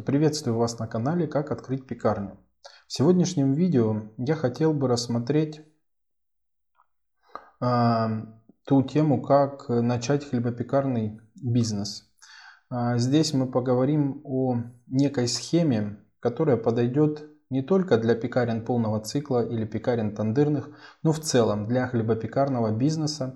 Приветствую вас на канале «Как открыть пекарню». В сегодняшнем видео я хотел бы рассмотреть ту тему, как начать хлебопекарный бизнес. Здесь мы поговорим о некой схеме, которая подойдет не только для пекарен полного цикла или пекарен тандырных, но в целом для хлебопекарного бизнеса.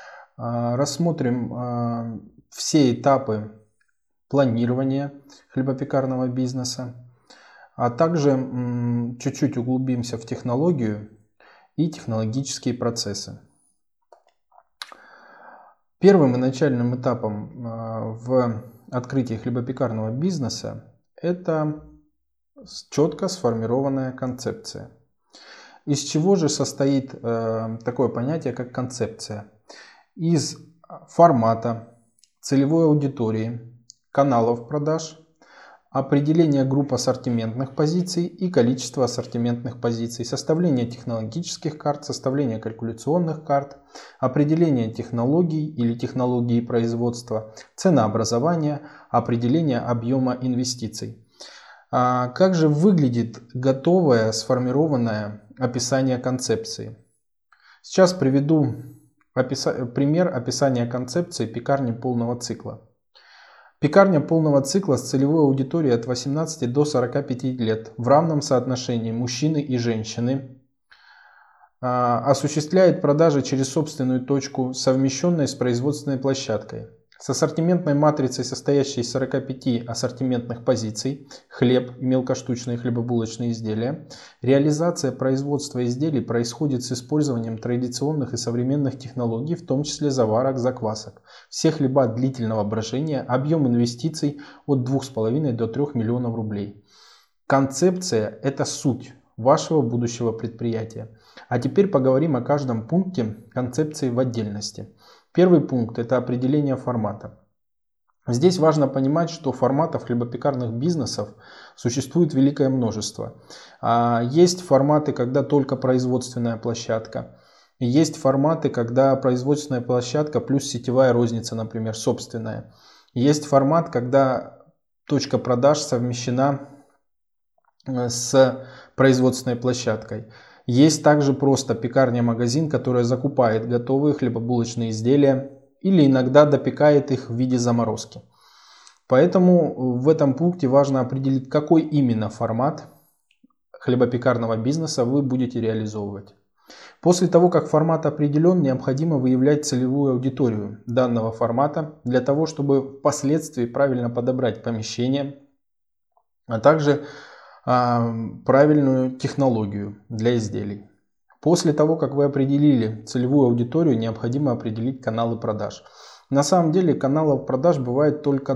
Рассмотрим все этапы планирования хлебопекарного бизнеса, а также чуть-чуть углубимся в технологию и технологические процессы. Первым и начальным этапом в открытии хлебопекарного бизнеса это четко сформированная концепция. Из чего же состоит такое понятие, как концепция? Из формата, целевой аудитории, каналов продаж, определение групп ассортиментных позиций и количество ассортиментных позиций, составление технологических карт, составление калькуляционных карт, определение технологий или технологии производства, ценообразование, определение объема инвестиций. Как же выглядит готовое сформированное описание концепции? Сейчас приведу пример описания концепции пекарни полного цикла. Пекарня полного цикла с целевой аудиторией от 18 до 45 лет в равном соотношении мужчины и женщины осуществляет продажи через собственную точку, совмещенной с производственной площадкой, с ассортиментной матрицей, состоящей из 45 ассортиментных позиций, хлеб и мелкоштучные хлебобулочные изделия. Реализация производства изделий происходит с использованием традиционных и современных технологий, в том числе заварок, заквасок. Все хлеба длительного брожения, объем инвестиций от 2,5 до 3 миллионов рублей. Концепция – это суть вашего будущего предприятия. А теперь поговорим о каждом пункте концепции в отдельности. Первый пункт – это определение формата. Здесь важно понимать, что форматов хлебопекарных бизнесов существует великое множество. Есть форматы, когда только производственная площадка. Есть форматы, когда производственная площадка плюс сетевая розница, например, собственная. Есть формат, когда точка продаж совмещена с производственной площадкой. Есть также просто пекарня-магазин, которая закупает готовые хлебобулочные изделия или иногда допекает их в виде заморозки. Поэтому в этом пункте важно определить, какой именно формат хлебопекарного бизнеса вы будете реализовывать. После того, как формат определен, необходимо выявлять целевую аудиторию данного формата для того, чтобы впоследствии правильно подобрать помещение, а также правильную технологию для изделий. После того, как вы определили целевую аудиторию, необходимо определить каналы продаж. На самом деле каналов продаж бывает только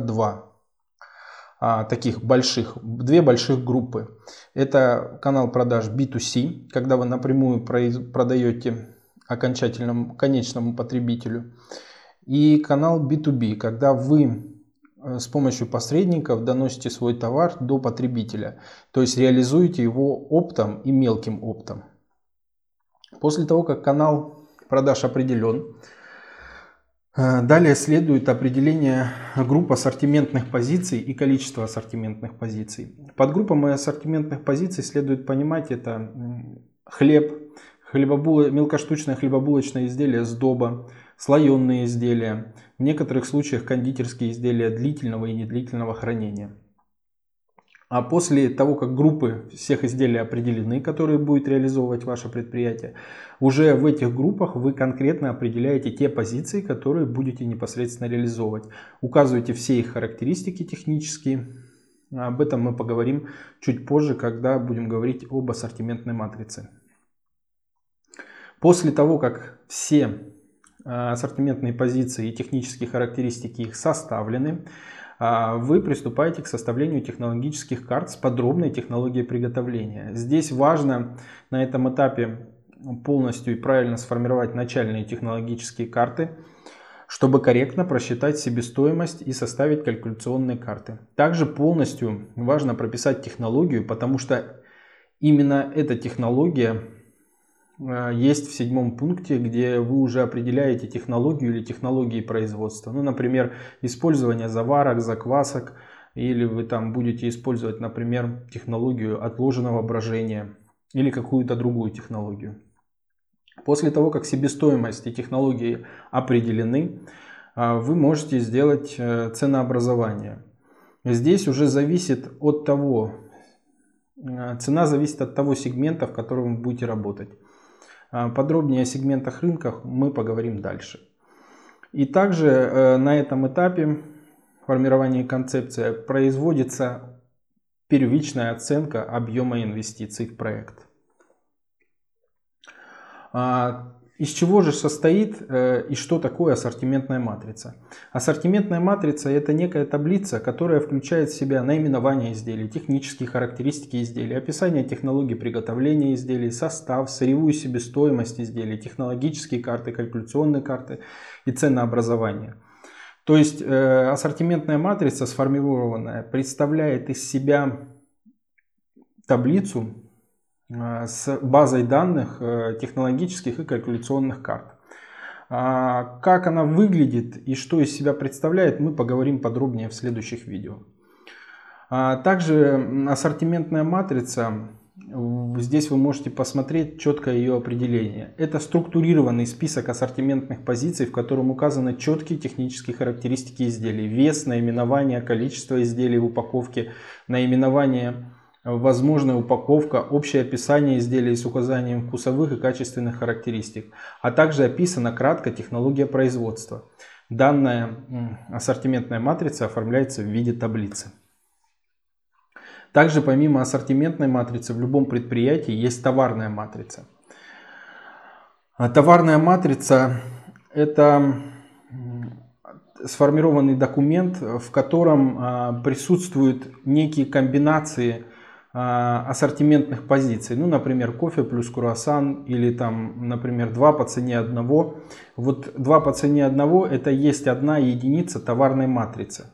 две больших группы. Это канал продаж B2C, когда вы напрямую продаете конечному потребителю, и канал B2B, когда вы с помощью посредников доносите свой товар до потребителя, то есть реализуете его оптом и мелким оптом. После того, как канал продаж определен, далее следует определение групп ассортиментных позиций и количество ассортиментных позиций. Под группами ассортиментных позиций следует понимать это хлеб, мелкоштучное хлебобулочное изделие, сдоба, слоеные изделия, в некоторых случаях кондитерские изделия длительного и недлительного хранения. А после того, как группы всех изделий определены, которые будет реализовывать ваше предприятие, уже в этих группах вы конкретно определяете те позиции, которые будете непосредственно реализовывать. Указываете все их характеристики технические. Об этом мы поговорим чуть позже, когда будем говорить об ассортиментной матрице. После того, как все ассортиментные позиции и технические характеристики их составлены, вы приступаете к составлению технологических карт с подробной технологией приготовления. Здесь важно на этом этапе полностью и правильно сформировать начальные технологические карты, чтобы корректно просчитать себестоимость и составить калькуляционные карты. Также полностью важно прописать технологию, потому что именно эта технология есть в 7 пункте, где вы уже определяете технологию или технологии производства. Например, использование заварок, заквасок, или вы там будете использовать, например, технологию отложенного брожения или какую-то другую технологию. После того, как себестоимость и технологии определены, вы можете сделать ценообразование. Здесь уже зависит от того, цена зависит от того сегмента, в котором вы будете работать. Подробнее о сегментах рынках мы поговорим дальше. И также на этом этапе формирования концепции производится первичная оценка объема инвестиций в проект. Из чего же состоит и что такое ассортиментная матрица? Ассортиментная матрица — это некая таблица, которая включает в себя наименование изделий, технические характеристики изделий, описание технологий приготовления изделий, состав, сырьевую себестоимость изделий, технологические карты, калькуляционные карты и ценообразование. То есть ассортиментная матрица, сформированная, представляет из себя таблицу с базой данных технологических и калькуляционных карт. Как она выглядит и что из себя представляет, мы поговорим подробнее в следующих видео. Также ассортиментная матрица, здесь вы можете посмотреть четкое ее определение. Это структурированный список ассортиментных позиций, в котором указаны четкие технические характеристики изделий: вес, наименование, количество изделий в упаковке, наименование, возможная упаковка, общее описание изделий с указанием вкусовых и качественных характеристик, а также описана кратко технология производства. Данная ассортиментная матрица оформляется в виде таблицы. Также помимо ассортиментной матрицы в любом предприятии есть товарная матрица. Товарная матрица — это сформированный документ, в котором присутствуют некие комбинации ассортиментных позиций. Ну, например, кофе плюс круассан, или там, например, 2 по цене 1. Вот 2 по цене 1 — это есть одна единица товарной матрицы.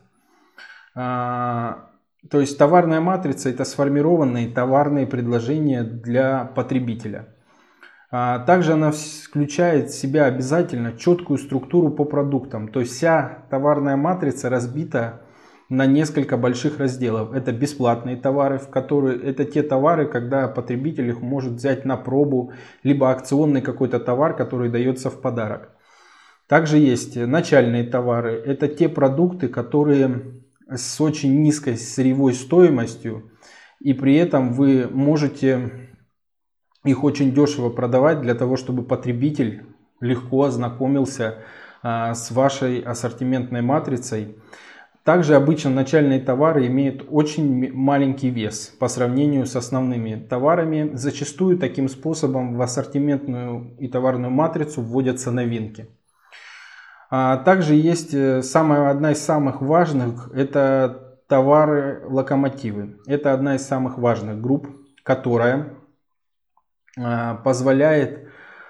То есть товарная матрица — это сформированные товарные предложения для потребителя. Также она включает в себя обязательно четкую структуру по продуктам. То есть вся товарная матрица разбита на несколько больших разделов. Это бесплатные товары, это те товары, когда потребитель их может взять на пробу, либо акционный какой-то товар, который дается в подарок. Также есть начальные товары. Это те продукты, которые с очень низкой сырьевой стоимостью, и при этом вы можете их очень дешево продавать для того, чтобы потребитель легко ознакомился с вашей ассортиментной матрицей. Также обычно начальные товары имеют очень маленький вес по сравнению с основными товарами. Зачастую таким способом в ассортиментную и товарную матрицу вводятся новинки. Также есть одна из самых важных — это товары-локомотивы. Это одна из самых важных групп, которая позволяет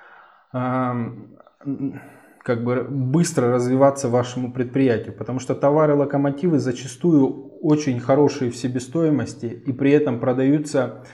быстро развиваться вашему предприятию, потому что товары-локомотивы зачастую очень хорошие в себестоимости и при этом продаются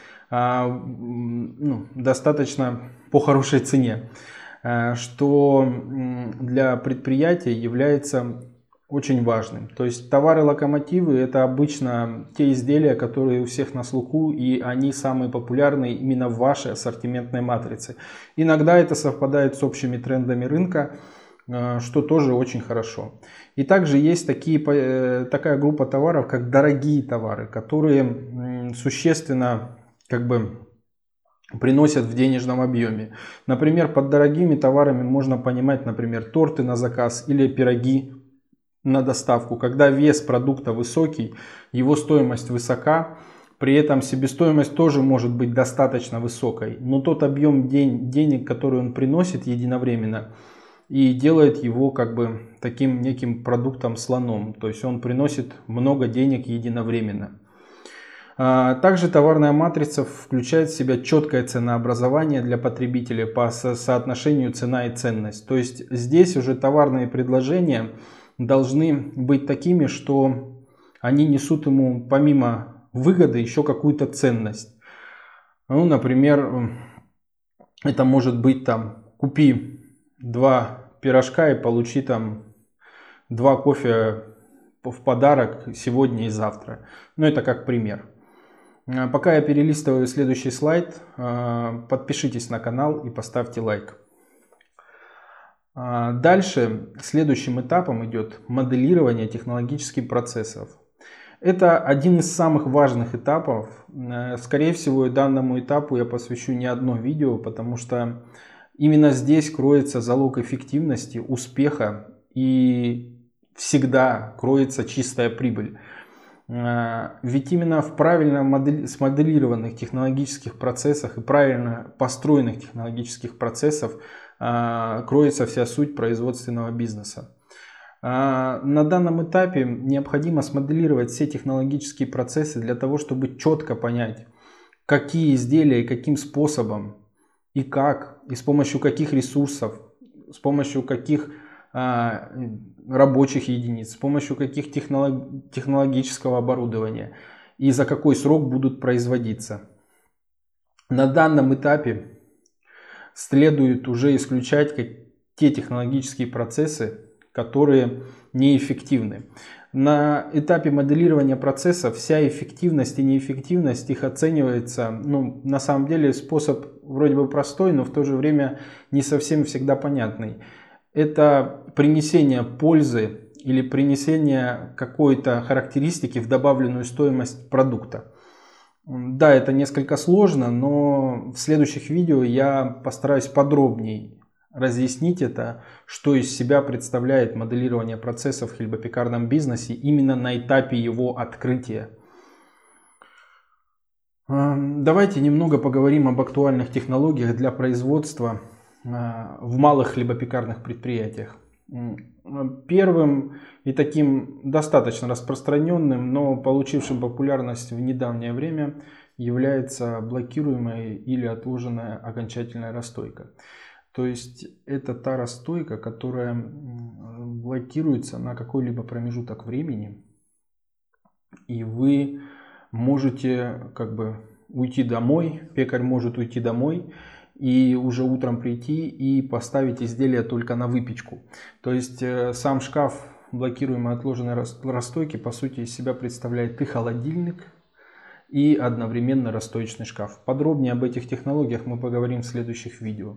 достаточно по хорошей цене, что для предприятия является очень важным. То есть товары-локомотивы — это обычно те изделия, которые у всех на слуху, и они самые популярные именно в вашей ассортиментной матрице. Иногда это совпадает с общими трендами рынка, что тоже очень хорошо. И также есть такая группа товаров, как дорогие товары, которые существенно приносят в денежном объеме. Например, под дорогими товарами можно понимать, например, торты на заказ или пироги на доставку. Когда вес продукта высокий, его стоимость высока, при этом себестоимость тоже может быть достаточно высокой, но тот объем денег, который он приносит единовременно, и делает его таким неким продуктом-слоном. То есть он приносит много денег единовременно. Также товарная матрица включает в себя четкое ценообразование для потребителя по соотношению цена и ценность. То есть здесь уже товарные предложения должны быть такими, что они несут ему помимо выгоды еще какую-то ценность. Ну, например, это может быть купи 2 пирожка и получи 2 кофе в подарок сегодня и завтра. Но это как пример. Пока я перелистываю следующий слайд, подпишитесь на канал и поставьте лайк. Дальше следующим этапом идет моделирование технологических процессов. Это один из самых важных этапов. Скорее всего, данному этапу я посвящу не одно видео, потому что именно здесь кроется залог эффективности, успеха и всегда кроется чистая прибыль. Ведь именно в правильно смоделированных технологических процессах и правильно построенных технологических процессов кроется вся суть производственного бизнеса. На данном этапе необходимо смоделировать все технологические процессы для того, чтобы четко понять, какие изделия и каким способом, и как, и с помощью каких ресурсов, с помощью каких рабочих единиц, с помощью каких технологического оборудования и за какой срок будут производиться. На данном этапе следует уже исключать те технологические процессы, которые неэффективны. На этапе моделирования процесса вся эффективность и неэффективность их оценивается, на самом деле способ вроде бы простой, но в то же время не совсем всегда понятный. Это принесение пользы или принесение какой-то характеристики в добавленную стоимость продукта. Да, это несколько сложно, но в следующих видео я постараюсь подробнее разъяснить это, что из себя представляет моделирование процессов в хлебопекарном бизнесе именно на этапе его открытия. Давайте немного поговорим об актуальных технологиях для производства в малых хлебопекарных предприятиях. Первым и таким достаточно распространенным, но получившим популярность в недавнее время является блокируемая или отложенная окончательная расстойка. То есть это та расстойка, которая блокируется на какой-либо промежуток времени, и вы можете уйти домой, пекарь может уйти домой и уже утром прийти и поставить изделие только на выпечку. То есть сам шкаф блокируемой отложенной расстойки по сути из себя представляет и холодильник, и одновременно расстоечный шкаф. Подробнее об этих технологиях мы поговорим в следующих видео.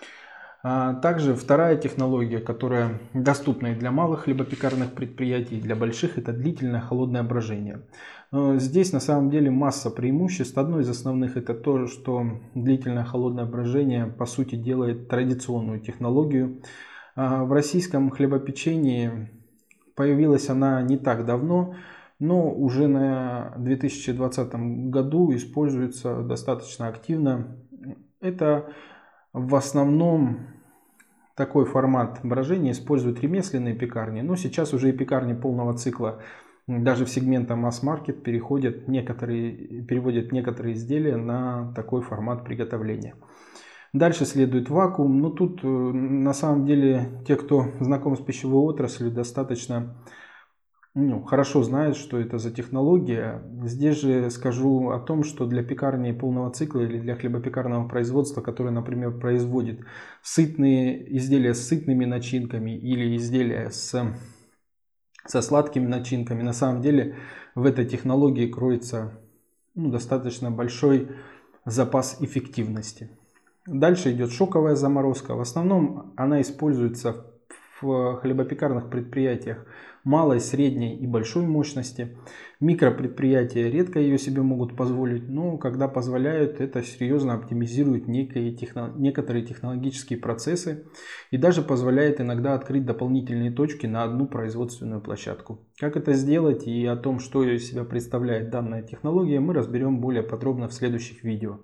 Также вторая технология, которая доступна и для малых хлебопекарных предприятий, и для больших, это длительное холодное брожение. Здесь на самом деле масса преимуществ. Одно из основных это то, что длительное холодное брожение по сути делает традиционную технологию. В российском хлебопечении появилась она не так давно, но уже на 2020 году используется достаточно активно. Это в основном такой формат брожения используют ремесленные пекарни, но сейчас уже и пекарни полного цикла, даже в сегменте масс-маркет, переводят некоторые изделия на такой формат приготовления. Дальше следует вакуум, но тут на самом деле те, кто знаком с пищевой отраслью, достаточно хорошо знают, что это за технология. Здесь же скажу о том, что для пекарни полного цикла или для хлебопекарного производства, которое, например, производит сытные изделия с сытными начинками или изделия со сладкими начинками, на самом деле в этой технологии кроется достаточно большой запас эффективности. Дальше идет шоковая заморозка. В основном она используется в хлебопекарных предприятиях малой, средней и большой мощности. Микропредприятия редко ее себе могут позволить, но когда позволяют, это серьезно оптимизирует некоторые технологические процессы и даже позволяет иногда открыть дополнительные точки на одну производственную площадку. Как это сделать и о том, что из себя представляет данная технология, мы разберем более подробно в следующих видео.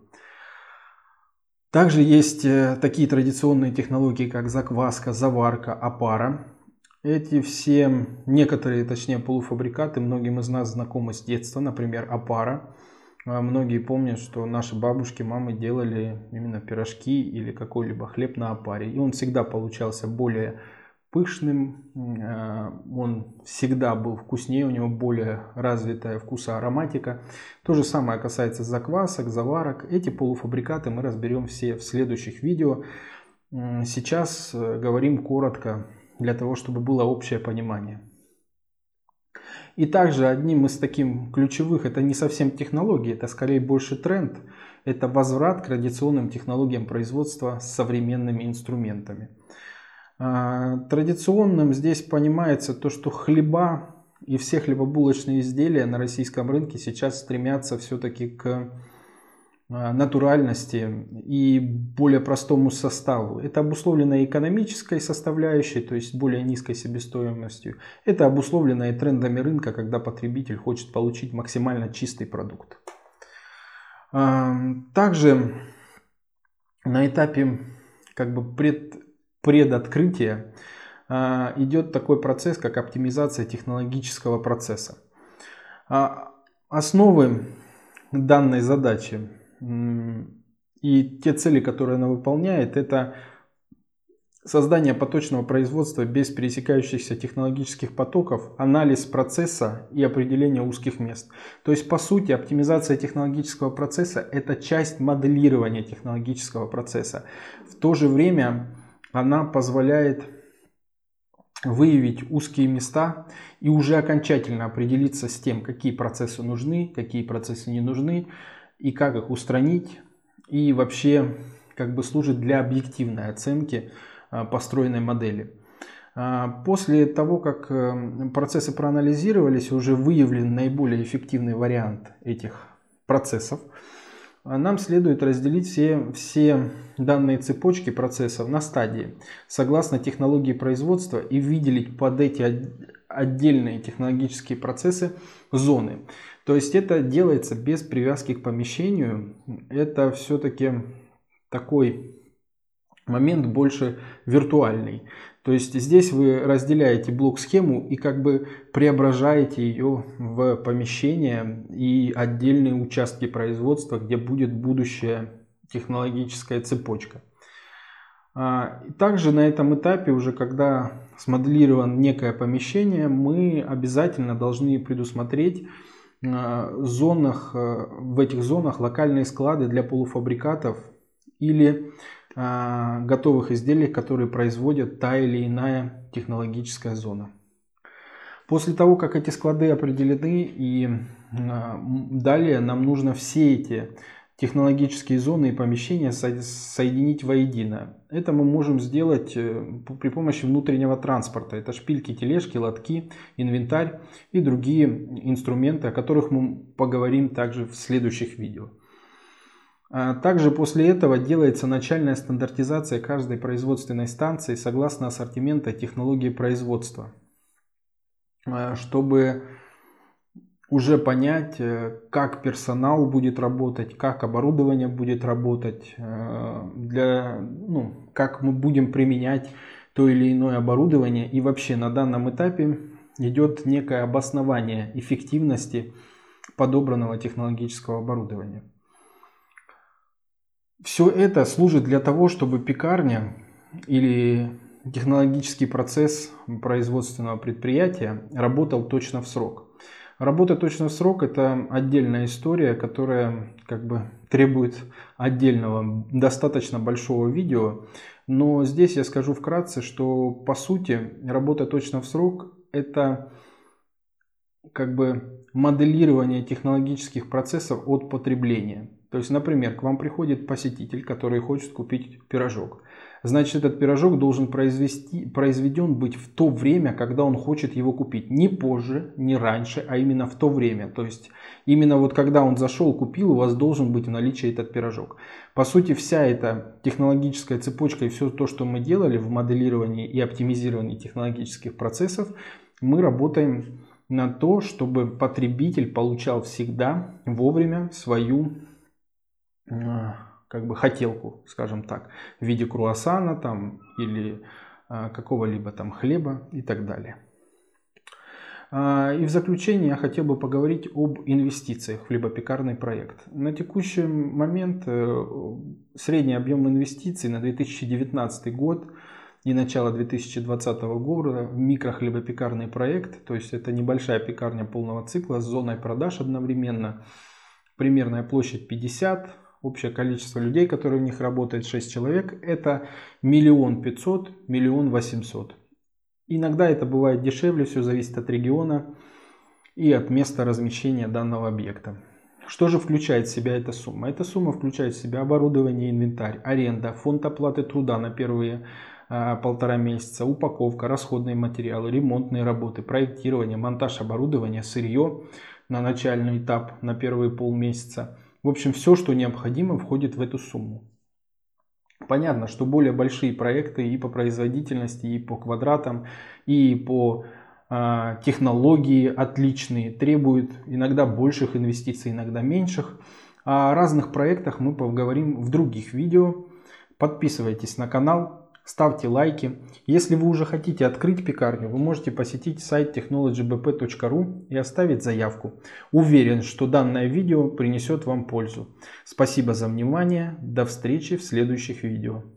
Также есть такие традиционные технологии, как закваска, заварка, опара. Эти все, некоторые, точнее, полуфабрикаты многим из нас знакомы с детства, например, опара. Многие помнят, что наши бабушки, мамы делали именно пирожки или какой-либо хлеб на опаре. И он всегда получался более пышным, он всегда был вкуснее, у него более развитая вкусоароматика. То же самое касается заквасок, заварок. Эти полуфабрикаты мы разберем все в следующих видео. Сейчас говорим коротко, для того, чтобы было общее понимание. И также одним из таких ключевых, это не совсем технологии, это скорее больше тренд, это возврат к традиционным технологиям производства с современными инструментами. Традиционным здесь понимается то, что хлеба и все хлебобулочные изделия на российском рынке сейчас стремятся все-таки к натуральности и более простому составу. Это обусловлено экономической составляющей, то есть более низкой себестоимостью. Это обусловлено и трендами рынка, когда потребитель хочет получить максимально чистый продукт. Также на этапе предоткрытия идет такой процесс, как оптимизация технологического процесса. Основы данной задачи и те цели, которые она выполняет, это создание поточного производства без пересекающихся технологических потоков, анализ процесса и определение узких мест. То есть, по сути, оптимизация технологического процесса – это часть моделирования технологического процесса. В то же время она позволяет выявить узкие места и уже окончательно определиться с тем, какие процессы нужны, какие процессы не нужны, и как их устранить, и вообще служит для объективной оценки построенной модели. После того, как процессы проанализировались, уже выявлен наиболее эффективный вариант этих процессов, нам следует разделить все данные цепочки процессов на стадии, согласно технологии производства, и выделить под эти отдельные технологические процессы зоны. То есть это делается без привязки к помещению. Это все-таки такой момент больше виртуальный. То есть здесь вы разделяете блок-схему и преображаете ее в помещение и отдельные участки производства, где будет будущая технологическая цепочка. Также на этом этапе, уже когда смоделировано некое помещение, мы обязательно должны предусмотреть в этих зонах локальные склады для полуфабрикатов или готовых изделий, которые производит та или иная технологическая зона. После того, как эти склады определены, и далее нам нужно все эти технологические зоны и помещения соединить воедино. Это мы можем сделать при помощи внутреннего транспорта. Это шпильки, тележки, лотки, инвентарь и другие инструменты, о которых мы поговорим также в следующих видео. Также после этого делается начальная стандартизация каждой производственной станции согласно ассортимента технологии производства, чтобы уже понять, как персонал будет работать, как оборудование будет работать, как мы будем применять то или иное оборудование. И вообще на данном этапе идет некое обоснование эффективности подобранного технологического оборудования. Все это служит для того, чтобы пекарня или технологический процесс производственного предприятия работал точно в срок. Работа точно в срок – это отдельная история, которая требует отдельного, достаточно большого видео. Но здесь я скажу вкратце, что по сути работа точно в срок – это моделирование технологических процессов от потребления. То есть, например, к вам приходит посетитель, который хочет купить пирожок. Значит, этот пирожок должен произведен быть в то время, когда он хочет его купить. Не позже, не раньше, а именно в то время. То есть, именно когда он зашел, купил, у вас должен быть в наличии этот пирожок. По сути, вся эта технологическая цепочка и все то, что мы делали в моделировании и оптимизировании технологических процессов, мы работаем на то, чтобы потребитель получал всегда вовремя свою хотелку, скажем так, в виде круассана или какого-либо хлеба и так далее. И в заключение я хотел бы поговорить об инвестициях в хлебопекарный проект. На текущий момент средний объем инвестиций на 2019 год и начало 2020 года в микрохлебопекарный проект, то есть это небольшая пекарня полного цикла с зоной продаж одновременно, примерная площадь 50, общее количество людей, которые в них работают, 6 человек, это 1 500 000 1 800 000. Иногда это бывает дешевле, все зависит от региона. и от места размещения данного объекта. Что же включает в себя эта сумма? Эта сумма включает в себя оборудование, инвентарь, аренда, фонд оплаты труда на первые 1,5 месяца, упаковка, расходные материалы, ремонтные работы, проектирование, монтаж оборудования, сырье на начальный этап на первые полмесяца. В общем, все, что необходимо, входит в эту сумму. Понятно, что более большие проекты и по производительности, и по квадратам, и по технологии отличные, требуют иногда больших инвестиций, иногда меньших. О разных проектах мы поговорим в других видео. Подписывайтесь на канал, ставьте лайки. Если вы уже хотите открыть пекарню, вы можете посетить сайт technologybp.ru и оставить заявку. Уверен, что данное видео принесет вам пользу. Спасибо за внимание. До встречи в следующих видео.